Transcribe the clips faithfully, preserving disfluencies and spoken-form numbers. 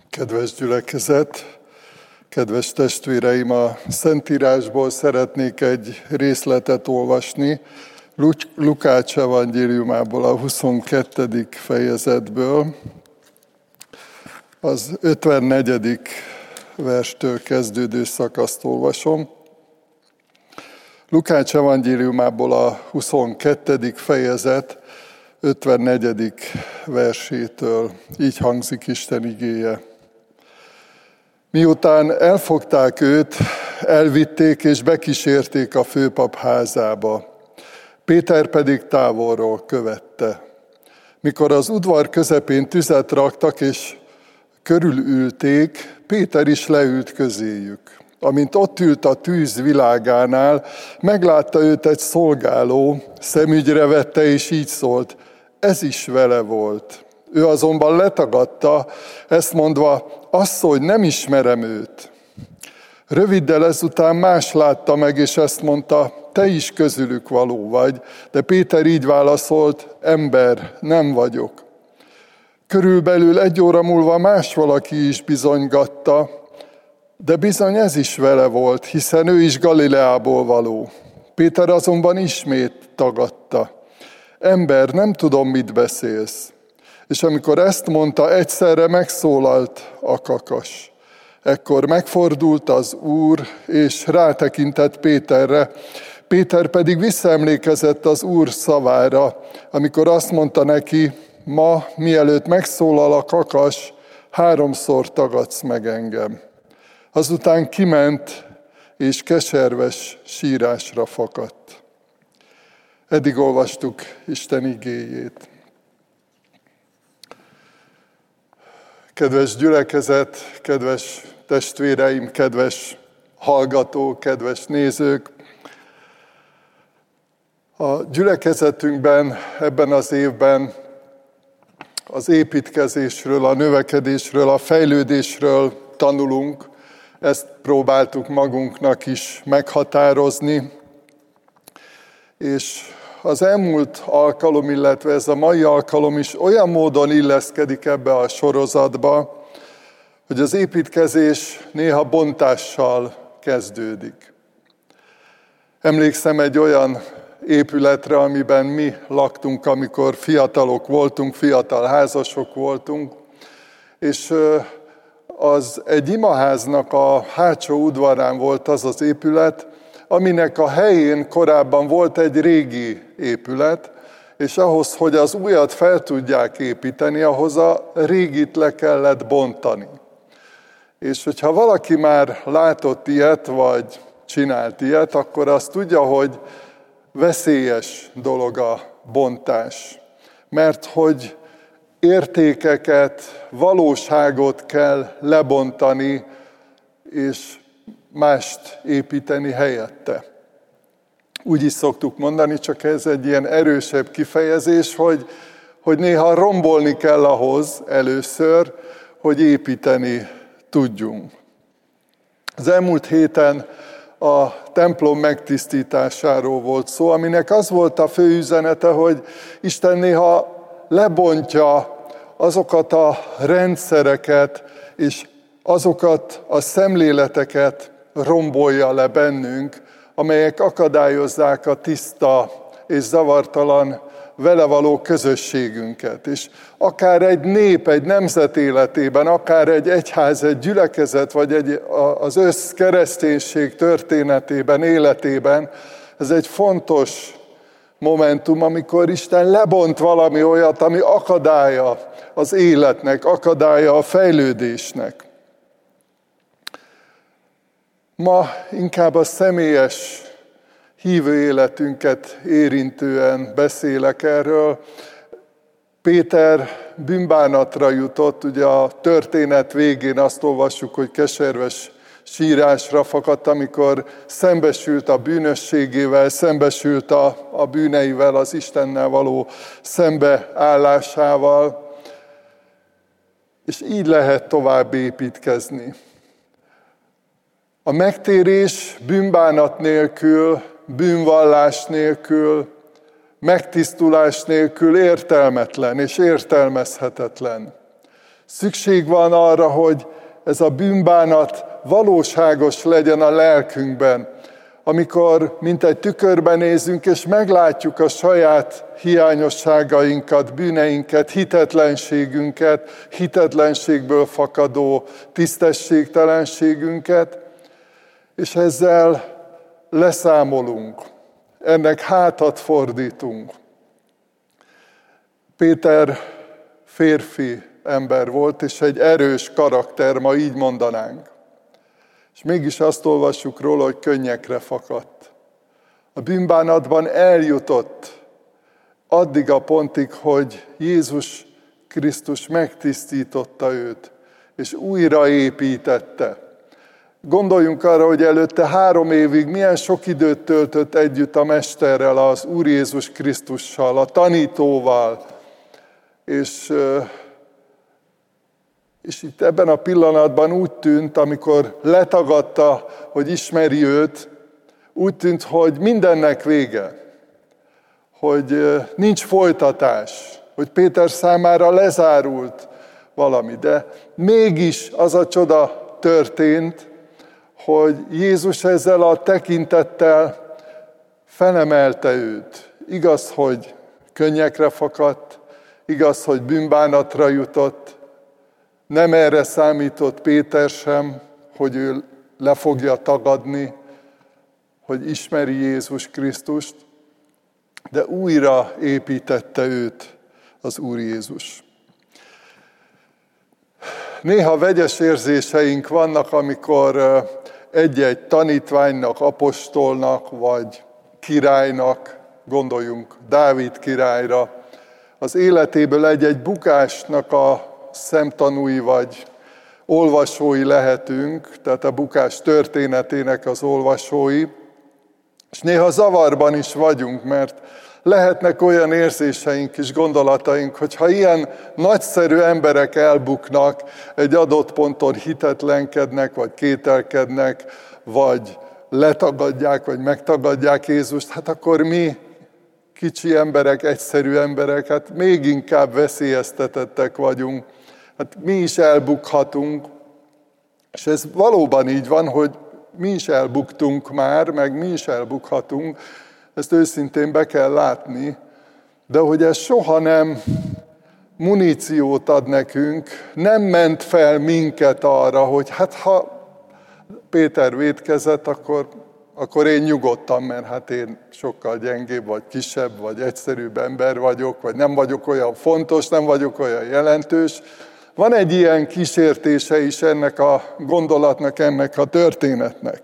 Kedves gyülekezet, kedves testvéreim, a Szentírásból szeretnék egy részletet olvasni, Lukács evangéliumából, a huszonkettedik fejezetből, az ötvennegyedik verstől kezdődő szakaszt olvasom. Lukács evangéliumából a huszonkettedik fejezet ötvennegyedik versétől. Így hangzik Isten igéje. Miután elfogták őt, elvitték és bekísérték a főpap házába. Péter pedig távolról követte. Mikor az udvar közepén tüzet raktak és körülülték, Péter is leült közéjük. Amint ott ült a tűz világánál, meglátta őt egy szolgáló, szemügyre vette és így szólt: ez is vele volt. Ő azonban letagadta, ezt mondva: asszony, nem ismerem őt. Röviddel ezután más látta meg, és ezt mondta: te is közülük való vagy. De Péter így válaszolt: ember, nem vagyok. Körülbelül egy óra múlva más valaki is bizonygatta, de bizony ez is vele volt, hiszen ő is Galileából való. Péter azonban ismét tagadta: ember, nem tudom, mit beszélsz. És amikor ezt mondta, egyszerre megszólalt a kakas. Ekkor megfordult az Úr, és rátekintett Péterre. Péter pedig visszaemlékezett az Úr szavára, amikor azt mondta neki: ma, mielőtt megszólal a kakas, háromszor tagadsz meg engem. Azután kiment, és keserves sírásra fakadt. Eddig olvastuk Isten igéjét. Kedves gyülekezet, kedves testvéreim, kedves hallgatók, kedves nézők! A gyülekezetünkben ebben az évben az építkezésről, a növekedésről, a fejlődésről tanulunk. Ezt próbáltuk magunknak is meghatározni. És az elmúlt alkalom, illetve ez a mai alkalom is olyan módon illeszkedik ebbe a sorozatba, hogy az építkezés néha bontással kezdődik. Emlékszem egy olyan épületre, amiben mi laktunk, amikor fiatalok voltunk, fiatal házasok voltunk, és az egy imaháznak a hátsó udvarán volt az az épület, aminek a helyén korábban volt egy régi épület, és ahhoz, hogy az újat fel tudják építeni, ahhoz a régit le kellett bontani. És hogyha valaki már látott ilyet, vagy csinált ilyet, akkor azt tudja, hogy veszélyes dolog a bontás. Mert hogy értékeket, valóságot kell lebontani, és mást építeni helyette. Úgy is szoktuk mondani, csak ez egy ilyen erősebb kifejezés, hogy, hogy néha rombolni kell ahhoz először, hogy építeni tudjunk. Az elmúlt héten a templom megtisztításáról volt szó, aminek az volt a fő üzenete, hogy Isten néha lebontja azokat a rendszereket, és azokat a szemléleteket rombolja le bennünk, amelyek akadályozzák a tiszta és zavartalan vele való közösségünket. És akár egy nép, egy nemzet életében, akár egy egyház, egy gyülekezet, vagy egy, az összkereszténység történetében, életében, ez egy fontos momentum, amikor Isten lebont valami olyat, ami akadálya az életnek, akadálya a fejlődésnek. Ma inkább a személyes hívő életünket érintően beszélek erről. Péter bűnbánatra jutott, ugye a történet végén azt olvassuk, hogy keserves sírásra fakadt, amikor szembesült a bűnösségével, szembesült a, a bűneivel, az Istennel való szembeállásával, és így lehet tovább építkezni. A megtérés bűnbánat nélkül, bűnvallás nélkül, megtisztulás nélkül értelmetlen és értelmezhetetlen. Szükség van arra, hogy ez a bűnbánat valóságos legyen a lelkünkben, amikor mint egy tükörben nézünk, és meglátjuk a saját hiányosságainkat, bűneinket, hitetlenségünket, hitetlenségből fakadó tisztességtelenségünket, és ezzel leszámolunk, ennek hátat fordítunk. Péter férfi ember volt, és egy erős karakter, ma így mondanánk. És mégis azt olvassuk róla, hogy könnyekre fakadt. A bűnbánatban eljutott addig a pontig, hogy Jézus Krisztus megtisztította őt, és újraépítette. Gondoljunk arra, hogy előtte három évig milyen sok időt töltött együtt a Mesterrel, az Úr Jézus Krisztussal, a tanítóval, és És itt ebben a pillanatban úgy tűnt, amikor letagadta, hogy ismeri őt, úgy tűnt, hogy mindennek vége, hogy nincs folytatás, hogy Péter számára lezárult valami. De mégis az a csoda történt, hogy Jézus ezzel a tekintettel felemelte őt. Igaz, hogy könnyekre fakadt, igaz, hogy bűnbánatra jutott, nem erre számított Péter sem, hogy ő le fogja tagadni, hogy ismeri Jézus Krisztust, de újra építette őt az Úr Jézus. Néha vegyes érzéseink vannak, amikor egy-egy tanítványnak, apostolnak, vagy királynak, gondoljunk Dávid királyra, az életéből egy-egy bukásnak a szemtanúi vagy olvasói lehetünk, tehát a bukás történetének az olvasói, és néha zavarban is vagyunk, mert lehetnek olyan érzéseink és gondolataink, hogy ha ilyen nagyszerű emberek elbuknak, egy adott ponton hitetlenkednek, vagy kételkednek, vagy letagadják, vagy megtagadják Jézust, hát akkor mi, kicsi emberek, egyszerű emberek, hát még inkább veszélyeztetettek vagyunk. Hát mi is elbukhatunk, és ez valóban így van, hogy mi is elbuktunk már, meg mi is elbukhatunk, ezt őszintén be kell látni, de hogy ez soha nem muníciót ad nekünk, nem ment fel minket arra, hogy hát ha Péter vétkezett, akkor, akkor én nyugodtam, mert hát én sokkal gyengébb, vagy kisebb, vagy egyszerűbb ember vagyok, vagy nem vagyok olyan fontos, nem vagyok olyan jelentős. Van egy ilyen kísértése is ennek a gondolatnak, ennek a történetnek.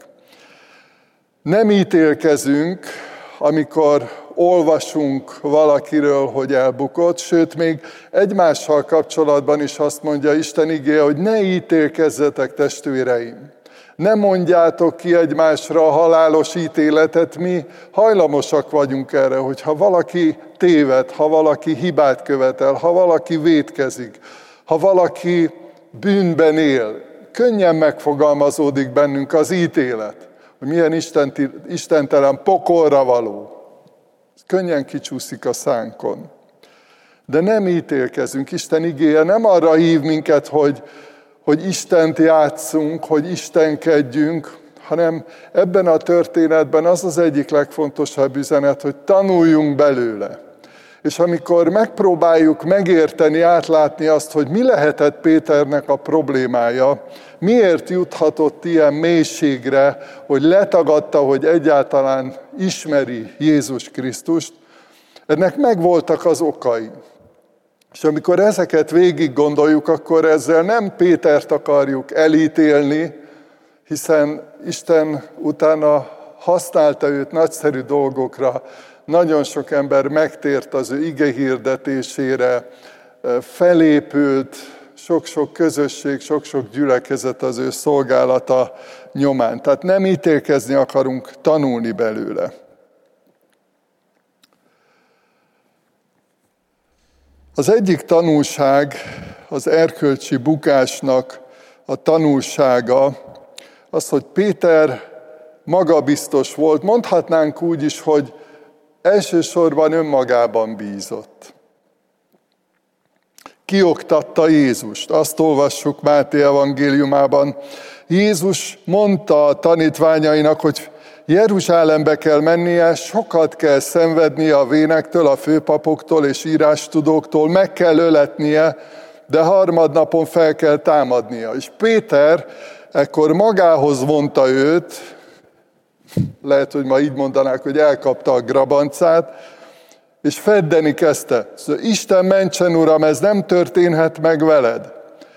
Nem ítélkezünk, amikor olvasunk valakiről, hogy elbukott, sőt, még egymással kapcsolatban is azt mondja Isten igéje, hogy ne ítélkezzetek, testvéreim. Ne mondjátok ki egymásra a halálos ítéletet, mi hajlamosak vagyunk erre, hogy ha valaki téved, ha valaki hibát követel, ha valaki vétkezik, ha valaki bűnben él, könnyen megfogalmazódik bennünk az ítélet, hogy milyen istenti, istentelen pokolra való. Könnyen kicsúszik a szánkon. De nem ítélkezünk. Isten igéje nem arra hív minket, hogy, hogy Istent játszunk, hogy istenkedjünk, hanem ebben a történetben az az egyik legfontosabb üzenet, hogy tanuljunk belőle. És amikor megpróbáljuk megérteni, átlátni azt, hogy mi lehetett Péternek a problémája, miért juthatott ilyen mélységre, hogy letagadta, hogy egyáltalán ismeri Jézus Krisztust, ennek megvoltak az okai. És amikor ezeket végig gondoljuk, akkor ezzel nem Pétert akarjuk elítélni, hiszen Isten utána használta őt nagyszerű dolgokra, nagyon sok ember megtért az ő ige hirdetésére, felépült, sok-sok közösség, sok-sok gyülekezet az ő szolgálata nyomán. Tehát nem ítélkezni akarunk, tanulni belőle. Az egyik tanulság, az erkölcsi bukásnak a tanulsága, az, hogy Péter magabiztos volt. Mondhatnánk úgy is, hogy elsősorban önmagában bízott. kioktatta Jézust. Azt olvassuk Máté evangéliumában. Jézus mondta a tanítványainak, hogy Jeruzsálembe kell mennie, sokat kell szenvednie a vénektől, a főpapoktól és írástudóktól, meg kell öletnie, de harmadnapon fel kell támadnia. És Péter ekkor magához vonta őt, lehet, hogy ma így mondanák, hogy elkapta a grabancát, és feddeni kezdte. Szóval Isten mentsen, Uram, ez nem történhet meg veled.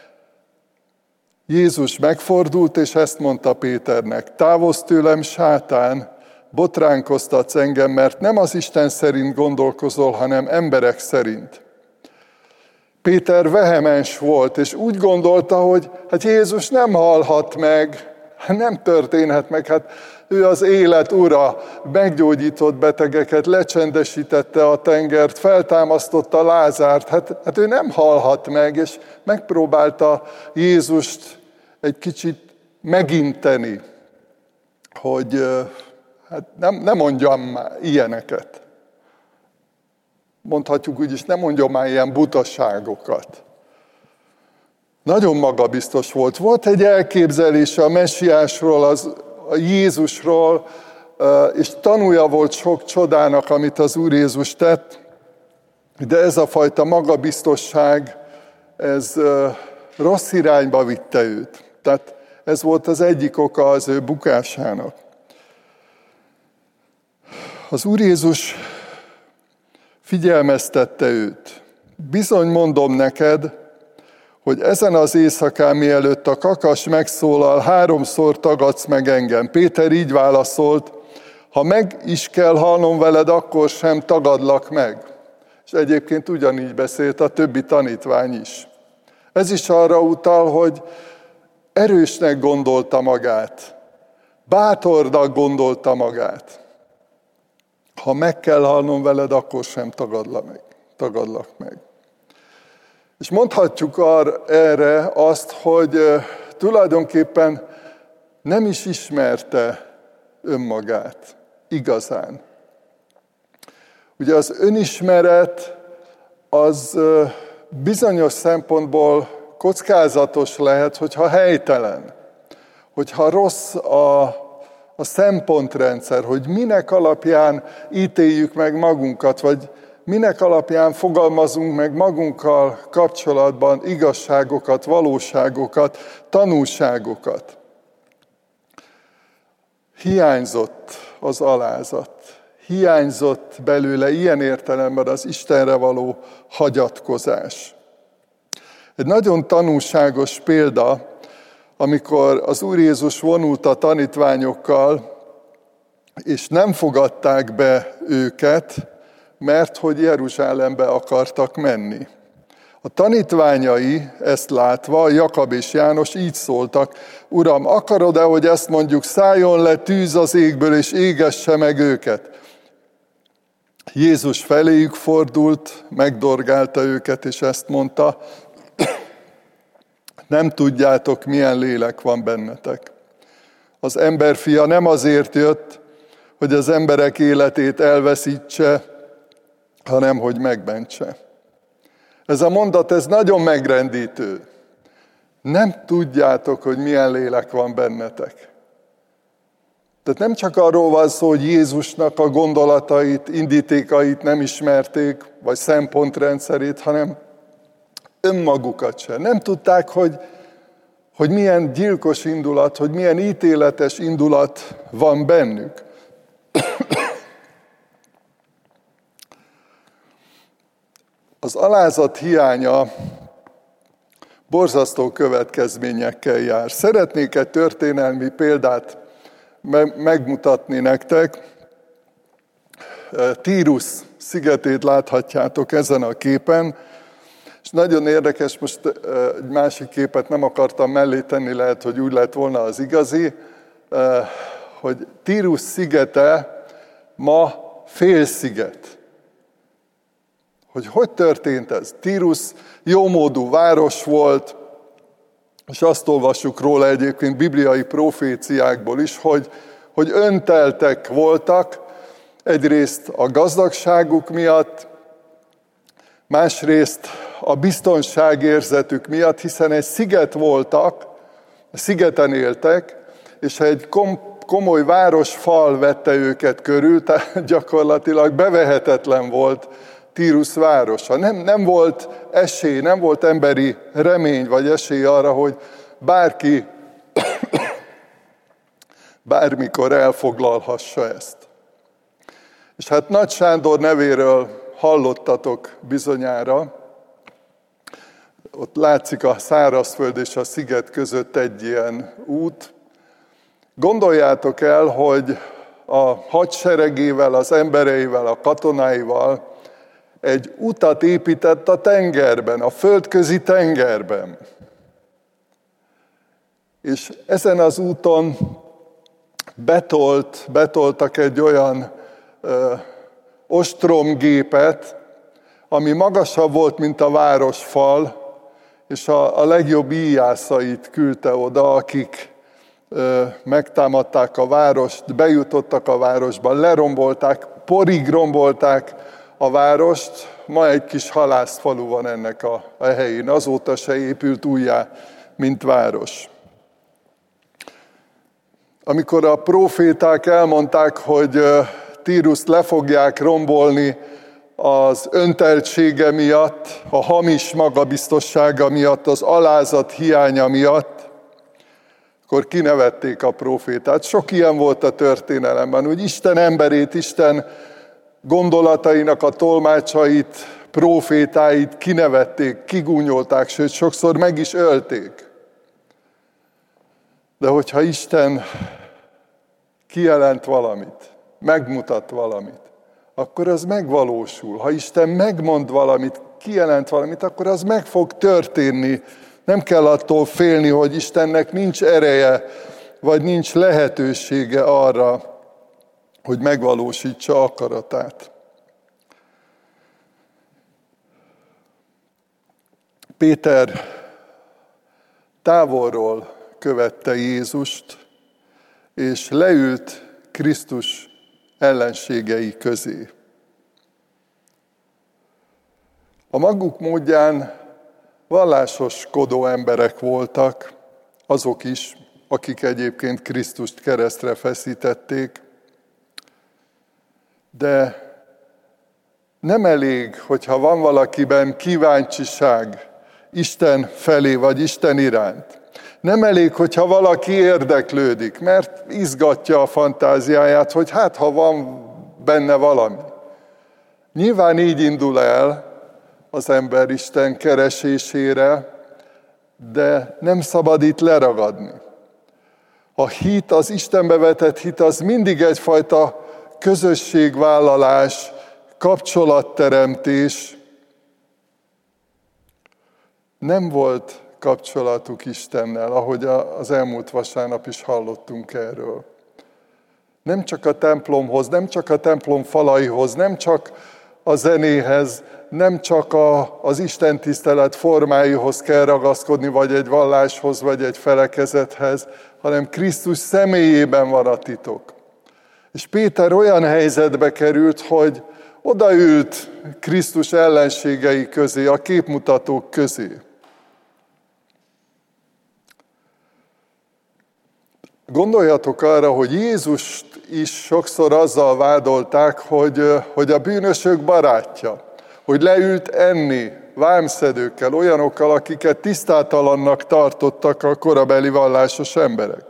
Jézus megfordult, és ezt mondta Péternek: távozz tőlem, sátán, botránkoztatsz engem, mert nem az Isten szerint gondolkozol, hanem emberek szerint. Péter vehemens volt, és úgy gondolta, hogy hát Jézus nem halhat meg, nem történhet meg, hát ő az élet ura, meggyógyított betegeket, lecsendesítette a tengert, feltámasztotta Lázárt, hát, hát ő nem halhat meg, és megpróbálta Jézust egy kicsit meginteni, hogy hát nem, nem mondjam már ilyeneket. Mondhatjuk úgy is, nem mondjam már ilyen butaságokat. Nagyon magabiztos volt. Volt egy elképzelése a messiásról, az, a Jézusról, és tanúja volt sok csodának, amit az Úr Jézus tett, de ez a fajta magabiztosság, ez rossz irányba vitte őt. Tehát ez volt az egyik oka az ő bukásának. Az Úr Jézus figyelmeztette őt. Bizony mondom neked, hogy ezen az éjszakán, mielőtt a kakas megszólal, háromszor tagadsz meg engem. Péter így válaszolt: ha meg is kell halnom veled, akkor sem tagadlak meg. És egyébként ugyanígy beszélt a többi tanítvány is. Ez is arra utal, hogy erősnek gondolta magát, bátornak gondolta magát. Ha meg kell halnom veled, akkor sem tagadlak meg. Tagadlak meg. És mondhatjuk arra, erre azt, hogy uh, tulajdonképpen nem is ismerte önmagát igazán. Ugye az önismeret az uh, bizonyos szempontból kockázatos lehet, hogyha helytelen, hogyha rossz a, a szempontrendszer, hogy minek alapján ítéljük meg magunkat, vagy minek alapján fogalmazunk meg magunkkal kapcsolatban igazságokat, valóságokat, tanúságokat. Hiányzott az alázat. Hiányzott belőle ilyen értelemben az Istenre való hagyatkozás. Egy nagyon tanúságos példa, amikor az Úr Jézus vonult a tanítványokkal, és nem fogadták be őket, mert hogy Jeruzsálembe akartak menni. A tanítványai ezt látva, Jakab és János így szóltak: Uram, akarod-e, hogy ezt mondjuk, szálljon le tűz az égből, és égesse meg őket? Jézus feléjük fordult, megdorgálta őket, és ezt mondta: nem tudjátok, milyen lélek van bennetek. Az emberfia nem azért jött, hogy az emberek életét elveszítse, hanem hogy megmentse. Ez a mondat, ez nagyon megrendítő. Nem tudjátok, hogy milyen lélek van bennetek. Tehát nem csak arról van szó, hogy Jézusnak a gondolatait, indítékait nem ismerték, vagy szempontrendszerét, hanem önmagukat sem. Nem tudták, hogy, hogy milyen gyilkos indulat, hogy milyen ítéletes indulat van bennük. Az alázat hiánya borzasztó következményekkel jár. Szeretnék egy történelmi példát megmutatni nektek. Tírusz szigetét láthatjátok ezen a képen, és nagyon érdekes, most egy másik képet nem akartam mellé tenni, lehet, hogy úgy lett volna az igazi, hogy Tírusz szigete ma félsziget. Hogy hogy történt ez? Tírusz jómódú város volt, és azt olvassuk róla egyébként bibliai proféciákból is, hogy, hogy önteltek voltak, egyrészt a gazdagságuk miatt, Másrészt a biztonságérzetük miatt, hiszen egy sziget voltak, a szigeten éltek, és egy komoly városfal vette őket körül, tehát gyakorlatilag bevehetetlen volt Tírus városa. Nem, nem volt esély, nem volt emberi remény vagy esély arra, hogy bárki bármikor elfoglalhassa ezt. És hát Nagy Sándor nevéről hallottatok bizonyára. Ott látszik a szárazföld és a sziget között egy ilyen út. Gondoljátok el, hogy a hadseregével, az embereivel, a katonáival egy utat épített a tengerben, a földközi tengerben. És ezen az úton betolt, betoltak egy olyan ö, ostromgépet, ami magasabb volt, mint a városfal, és a, a legjobb íjászait küldte oda, akik ö, megtámadták a várost, bejutottak a városba, lerombolták, porig rombolták a várost. Ma egy kis halászfalu van ennek a, a helyén, azóta se épült újjá, mint város. Amikor a próféták elmondták, hogy Tíruszt le fogják rombolni az önteltsége miatt, a hamis magabiztossága miatt, az alázat hiánya miatt, akkor kinevették a prófétát. Sok ilyen volt a történelemben, hogy Isten emberét, Isten gondolatainak a tolmácsait, prófétáit kinevették, kigúnyolták, sőt, sokszor meg is ölték. De hogyha Isten kijelent valamit, megmutat valamit, akkor az megvalósul. Ha Isten megmond valamit, kijelent valamit, akkor az meg fog történni. Nem kell attól félni, hogy Istennek nincs ereje, vagy nincs lehetősége arra, hogy megvalósítsa akaratát. Péter távolról követte Jézust, és leült Krisztus ellenségei közé. A maguk módján vallásoskodó emberek voltak, azok is, akik egyébként Krisztust keresztre feszítették, de nem elég, hogyha van valakiben kíváncsiság Isten felé, vagy Isten iránt. Nem elég, hogyha valaki érdeklődik, mert izgatja a fantáziáját, hogy hát, ha van benne valami. Nyilván így indul el az ember Isten keresésére, de nem szabad itt leragadni. A hit, az Istenbe vetett hit, az mindig egyfajta közösségvállalás, kapcsolatteremtés. Nem volt kapcsolatuk Istennel, ahogy az elmúlt vasárnap is hallottunk erről. Nem csak a templomhoz, nem csak a templom falaihoz, nem csak a zenéhez, nem csak a, az istentisztelet formáihoz kell ragaszkodni, vagy egy valláshoz, vagy egy felekezethez, hanem Krisztus személyében van a titok. És Péter olyan helyzetbe került, hogy odaült Krisztus ellenségei közé, a képmutatók közé. Gondoljatok arra, hogy Jézust is sokszor azzal vádolták, hogy, hogy a bűnösök barátja, hogy leült enni vámszedőkkel, olyanokkal, akiket tisztátalannak tartottak a korabeli vallásos emberek.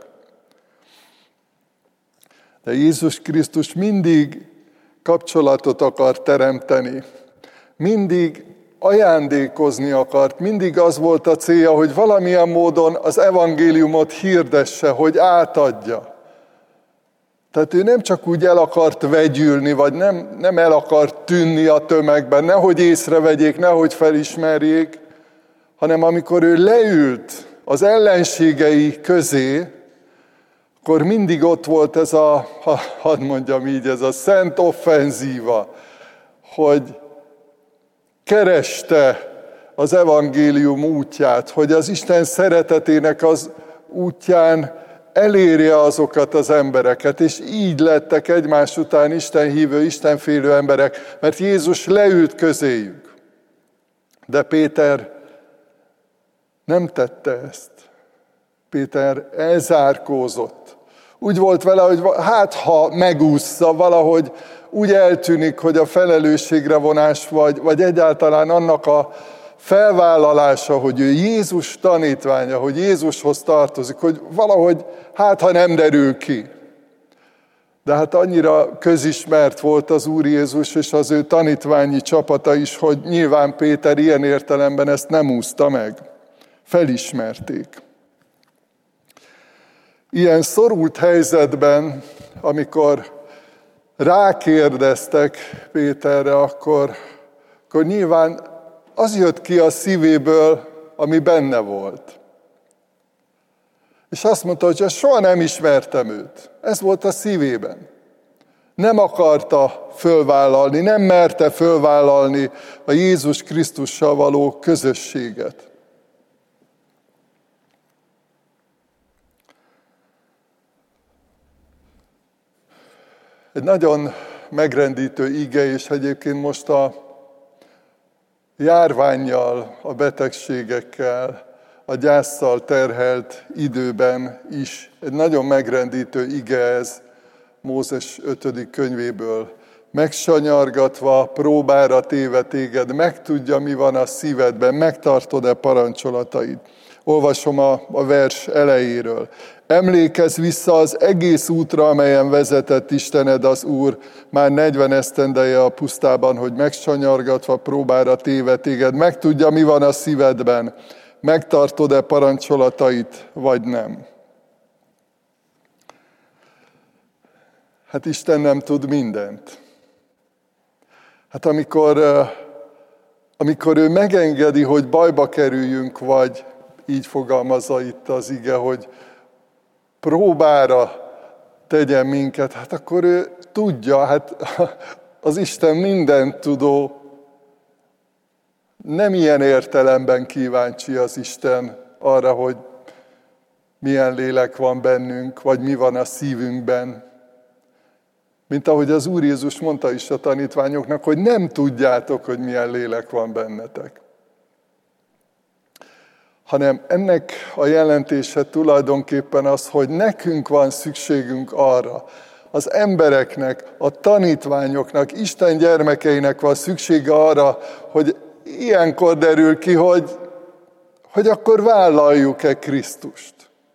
De Jézus Krisztus mindig kapcsolatot akar teremteni, mindig ajándékozni akart, mindig az volt a célja, hogy valamilyen módon az evangéliumot hirdesse, hogy átadja. Tehát ő nem csak úgy el akart vegyülni, vagy nem, nem el akart tűnni a tömegben, nehogy észrevegyék, nehogy felismerjék, hanem amikor ő leült az ellenségei közé, akkor mindig ott volt ez a, hadd mondjam így, ez a szent offenzíva, hogy kereste az evangélium útját, hogy az Isten szeretetének az útján elérje azokat az embereket, és így lettek egymás után Isten hívő, Isten félő emberek, mert Jézus leült közéjük. De Péter nem tette ezt. Péter elzárkózott. Úgy volt vele, hogy hát ha megúszza, valahogy úgy eltűnik, hogy a felelősségre vonás, vagy, vagy egyáltalán annak a felvállalása, hogy ő Jézus tanítványa, hogy Jézushoz tartozik, hogy valahogy hát ha nem derül ki. De hát annyira közismert volt az Úr Jézus és az ő tanítványi csapata is, hogy nyilván Péter ilyen értelemben ezt nem úszta meg. Felismerték. Ilyen szorult helyzetben, amikor rákérdeztek Péterre, akkor, akkor nyilván az jött ki a szívéből, ami benne volt. És azt mondta, hogy soha nem ismertem őt. Ez volt a szívében. Nem akarta fölvállalni, nem merte fölvállalni a Jézus Krisztussal való közösséget. Egy nagyon megrendítő ige, és egyébként most a járvánnyal, a betegségekkel, a gyásszal terhelt időben is egy nagyon megrendítő ige ez Mózes ötödik könyvéből. Megsanyargatva, próbára téve téged, megtudja, mi van a szívedben, megtartod-e parancsolatait. Olvasom a, a vers elejéről. Emlékezz vissza az egész útra, amelyen vezetett Istened az Úr, már negyven esztendeje a pusztában, hogy megsanyargatva, próbára téve téged, megtudja, mi van a szívedben, megtartod-e parancsolatait, vagy nem. Hát Isten nem tud mindent. Hát amikor, amikor ő megengedi, hogy bajba kerüljünk, vagy így fogalmazza itt az ige, hogy próbára tegyen minket, hát akkor ő tudja, hát az Isten mindent tudó, nem ilyen értelemben kíváncsi az Isten arra, hogy milyen lélek van bennünk, vagy mi van a szívünkben. Mint ahogy az Úr Jézus mondta is a tanítványoknak, hogy nem tudjátok, hogy milyen lélek van bennetek. Hanem ennek a jelentése tulajdonképpen az, hogy nekünk van szükségünk arra, az embereknek, a tanítványoknak, Isten gyermekeinek van szüksége arra, hogy ilyenkor derül ki, hogy, hogy akkor vállaljuk-e Krisztust.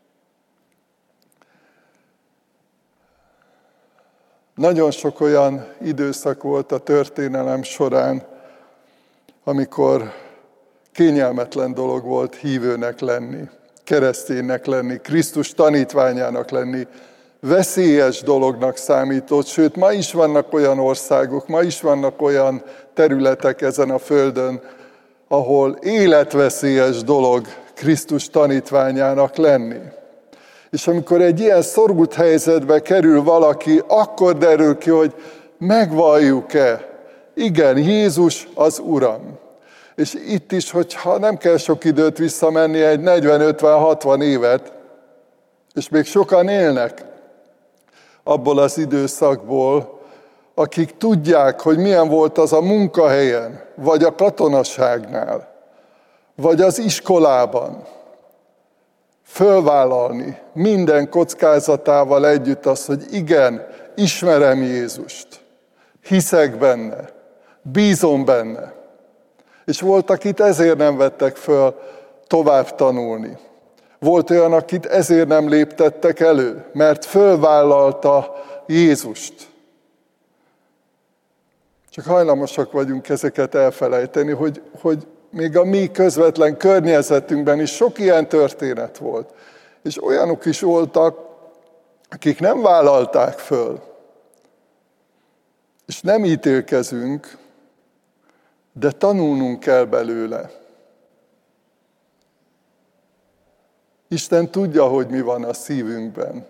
Nagyon sok olyan időszak volt a történelem során, amikor kényelmetlen dolog volt hívőnek lenni, kereszténynek lenni, Krisztus tanítványának lenni, veszélyes dolognak számított, sőt, ma is vannak olyan országok, ma is vannak olyan területek ezen a földön, ahol életveszélyes dolog Krisztus tanítványának lenni. És amikor egy ilyen szorult helyzetbe kerül valaki, akkor derül ki, hogy megvalljuk-e, igen, Jézus az Uram. És itt is, hogyha nem kell sok időt visszamenni, egy negyven, ötven, hatvan évet, és még sokan élnek abból az időszakból, akik tudják, hogy milyen volt az a munkahelyen, vagy a katonaságnál, vagy az iskolában, fölvállalni minden kockázatával együtt az, hogy igen, ismerem Jézust, hiszek benne, bízom benne. És volt, akit ezért nem vettek föl tovább tanulni. Volt olyan, akit ezért nem léptettek elő, mert fölvállalta Jézust. Csak hajlamosak vagyunk ezeket elfelejteni, hogy, hogy még a mi közvetlen környezetünkben is sok ilyen történet volt. És olyanok is voltak, akik nem vállalták föl. És nem ítélkezünk, de tanulnunk kell belőle. Isten tudja, hogy mi van a szívünkben.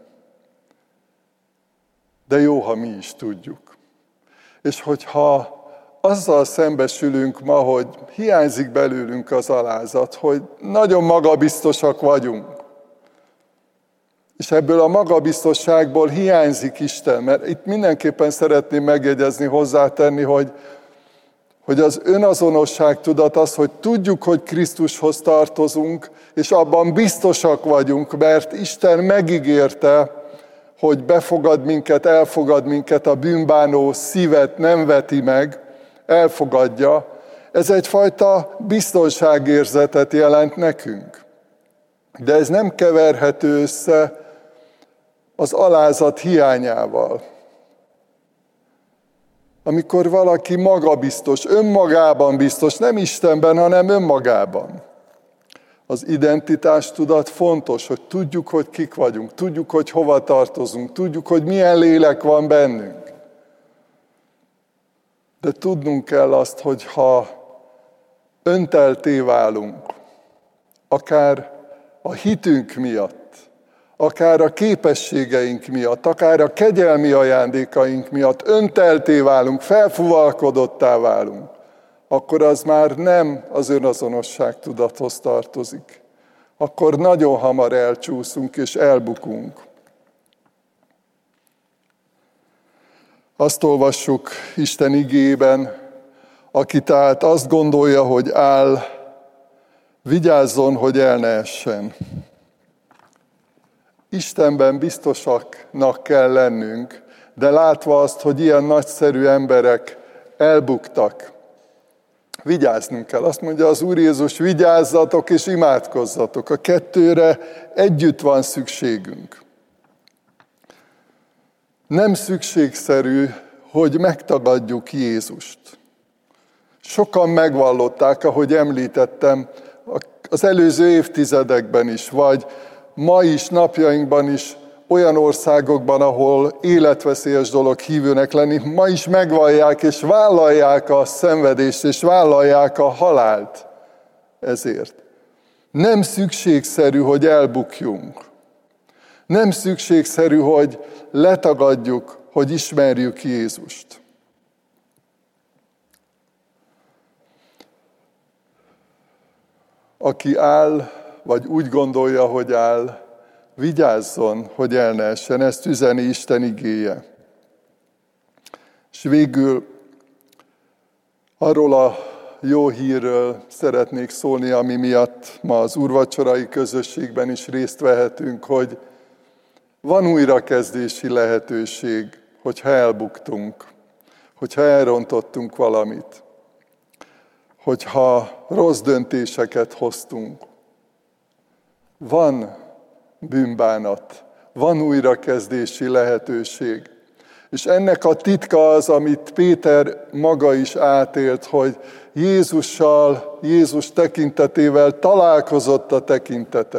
De jó, ha mi is tudjuk. És hogyha azzal szembesülünk ma, hogy hiányzik belőlünk az alázat, hogy nagyon magabiztosak vagyunk, és ebből a magabiztosságból hiányzik Isten, mert itt mindenképpen szeretném megjegyezni, hozzátenni, hogy, hogy az önazonosság tudat az, hogy tudjuk, hogy Krisztushoz tartozunk, és abban biztosak vagyunk, mert Isten megígérte, hogy befogad minket, elfogad minket, a bűnbánó szívet nem veti meg, elfogadja. Ez egyfajta biztonságérzetet jelent nekünk. De ez nem keverhető össze az alázat hiányával. Amikor valaki magabiztos, önmagában biztos, nem Istenben, hanem önmagában. Az identitástudat fontos, hogy tudjuk, hogy kik vagyunk, tudjuk, hogy hova tartozunk, tudjuk, hogy milyen lélek van bennünk. De tudnunk kell azt, hogy ha öntelté válunk, akár a hitünk miatt, akár a képességeink miatt, akár a kegyelmi ajándékaink miatt öntelté válunk, felfuvalkodottá válunk, akkor az már nem az önazonosság tudathoz tartozik. Akkor nagyon hamar elcsúszunk és elbukunk. Azt olvassuk Isten igéjében, aki tehát azt gondolja, hogy áll, vigyázzon, hogy el ne essen. Istenben biztosaknak kell lennünk, de látva azt, hogy ilyen nagyszerű emberek elbuktak, vigyáznunk kell. Azt mondja az Úr Jézus, vigyázzatok és imádkozzatok. A kettőre együtt van szükségünk. Nem szükségszerű, hogy megtagadjuk Jézust. Sokan megvallották, ahogy említettem, az előző évtizedekben is, vagy ma is, napjainkban is, olyan országokban, ahol életveszélyes dolog hívőnek lenni, ma is megvallják és vállalják a szenvedést, és vállalják a halált ezért. Nem szükségszerű, hogy elbukjunk. Nem szükségszerű, hogy letagadjuk, hogy ismerjük Jézust. Aki áll, vagy úgy gondolja, hogy áll, vigyázzon, hogy el ne essen. Ezt üzeni Isten igéje. És végül arról a jó hírről szeretnék szólni, ami miatt ma az úrvacsorai közösségben is részt vehetünk, hogy van újrakezdési lehetőség, hogyha elbuktunk, hogyha elrontottunk valamit, hogyha rossz döntéseket hoztunk. Van bűnbánat, van újrakezdési lehetőség. És ennek a titka az, amit Péter maga is átélt, hogy Jézussal, Jézus tekintetével találkozott a tekintete.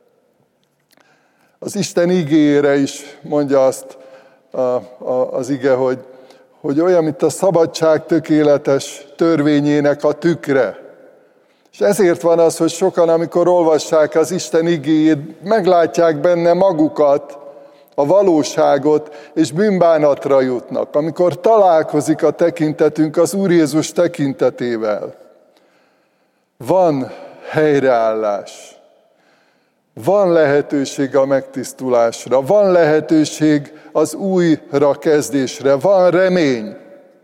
Az Isten igéjére is mondja azt a, a, az ige, hogy, hogy olyan, mint a szabadság tökéletes törvényének a tükre. És ezért van az, hogy sokan, amikor olvassák az Isten igéjét, meglátják benne magukat, a valóságot, és bűnbánatra jutnak. Amikor találkozik a tekintetünk az Úr Jézus tekintetével, van helyreállás, van lehetőség a megtisztulásra, van lehetőség az újra kezdésre, van remény.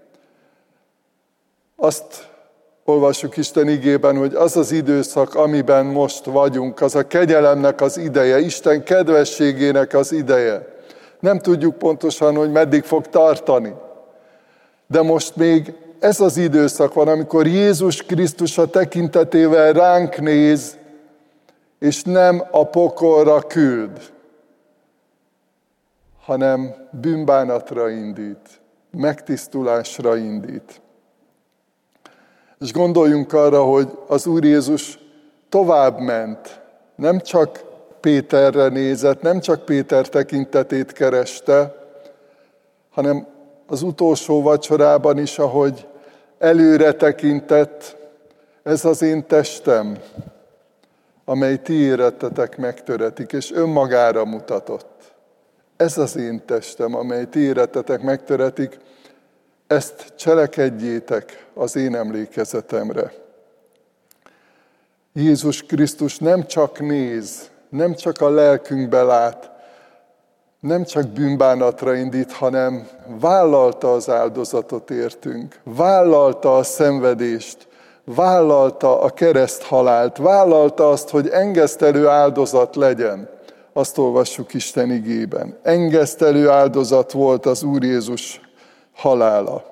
Azt olvassuk Isten igében, hogy az az időszak, amiben most vagyunk, az a kegyelemnek az ideje, Isten kedvességének az ideje. Nem tudjuk pontosan, hogy meddig fog tartani. De most még ez az időszak van, amikor Jézus Krisztus a tekintetével ránk néz, és nem a pokolra küld, hanem bűnbánatra indít, megtisztulásra indít. És gondoljunk arra, hogy az Úr Jézus tovább ment, nem csak Péterre nézett, nem csak Péter tekintetét kereste, hanem az utolsó vacsorában is, ahogy előre tekintett, ez az én testem, amely ti érettetek megtöretik, és önmagára mutatott. Ez az én testem, amely ti érettetek megtöretik, ezt cselekedjétek az én emlékezetemre. Jézus Krisztus nem csak néz, nem csak a lelkünkbe lát, nem csak bűnbánatra indít, hanem vállalta az áldozatot értünk, vállalta a szenvedést, vállalta a kereszthalált, vállalta azt, hogy engesztelő áldozat legyen. Azt olvassuk Isten igében. Engesztelő áldozat volt az Úr Jézus halála.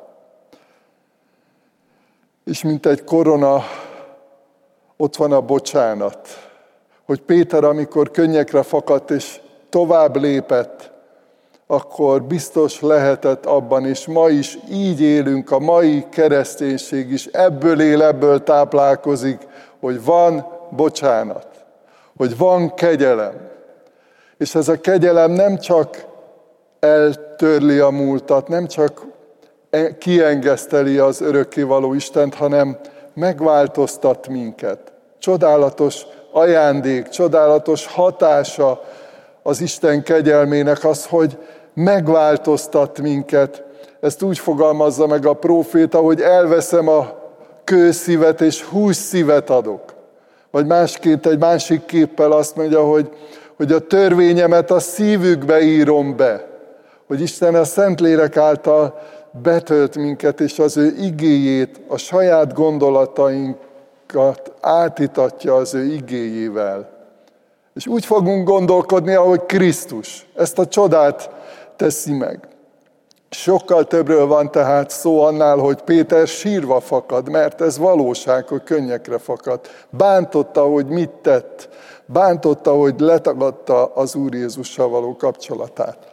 És mint egy korona, ott van a bocsánat. Hogy Péter, amikor könnyekre fakadt és tovább lépett, akkor biztos lehetett abban, és ma is így élünk, a mai kereszténység is ebből él, ebből táplálkozik, hogy van bocsánat, hogy van kegyelem. És ez a kegyelem nem csak eltörli a múltat, nem csak kiengeszteli az örökkévaló Istent, hanem megváltoztat minket. Csodálatos ajándék, csodálatos hatása az Isten kegyelmének az, hogy megváltoztat minket. Ezt úgy fogalmazza meg a próféta, hogy elveszem a kőszívet és hússzívet adok. Vagy másként egy másik képpel azt mondja, hogy, hogy a törvényemet a szívükbe írom be. Hogy Isten a Szentlélek által betölt minket, és az ő igéjét, a saját gondolatainkat átítatja az ő igéjével. És úgy fogunk gondolkodni, ahogy Krisztus. Ezt a csodát teszi meg. Sokkal többről van tehát szó annál, hogy Péter sírva fakad, mert ez valóság, hogy könnyekre fakadt. Bántotta, hogy mit tett. Bántotta, hogy letagadta az Úr Jézussal való kapcsolatát.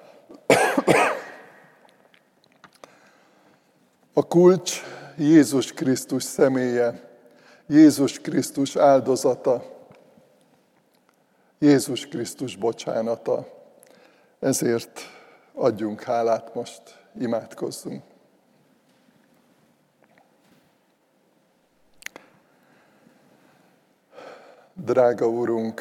A kulcs Jézus Krisztus személye, Jézus Krisztus áldozata, Jézus Krisztus bocsánata. Ezért adjunk hálát most, imádkozzunk. Drága Urunk,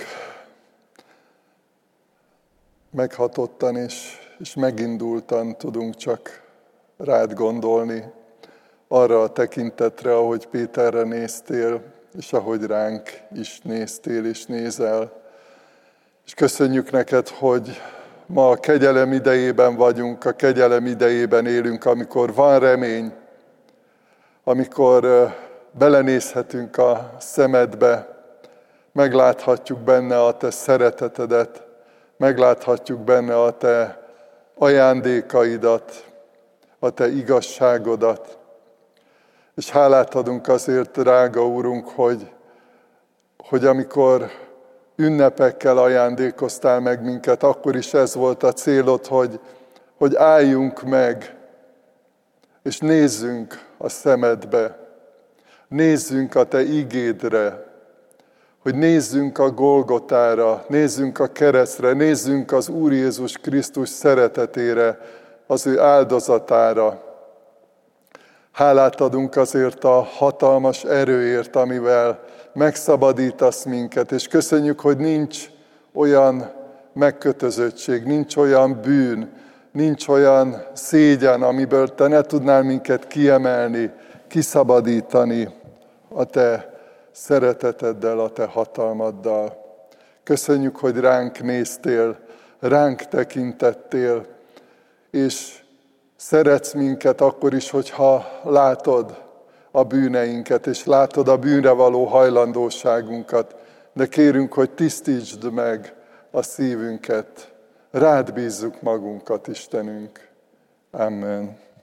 meghatottan és, és megindultan tudunk csak rád gondolni, arra a tekintetre, ahogy Péterre néztél, és ahogy ránk is néztél és nézel. És köszönjük neked, hogy ma a kegyelem idejében vagyunk, a kegyelem idejében élünk, amikor van remény, amikor belenézhetünk a szemedbe, megláthatjuk benne a te szeretetedet, megláthatjuk benne a te ajándékaidat, a te igazságodat. És hálát adunk azért, drága Úrunk, hogy, hogy amikor ünnepekkel ajándékoztál meg minket, akkor is ez volt a célod, hogy, hogy álljunk meg, és nézzünk a szemedbe, nézzünk a te igédre, hogy nézzünk a Golgotára, nézzünk a keresztre, nézzünk az Úr Jézus Krisztus szeretetére, az ő áldozatára. Hálát adunk azért a hatalmas erőért, amivel megszabadítasz minket, és köszönjük, hogy nincs olyan megkötözöttség, nincs olyan bűn, nincs olyan szégyen, amiből te ne tudnál minket kiemelni, kiszabadítani a te szereteteddel, a te hatalmaddal. Köszönjük, hogy ránk néztél, ránk tekintettél, és szeretsz minket akkor is, hogyha látod a bűneinket, és látod a bűnre való hajlandóságunkat, de kérünk, hogy tisztítsd meg a szívünket, rád bízzuk magunkat, Istenünk. Amen.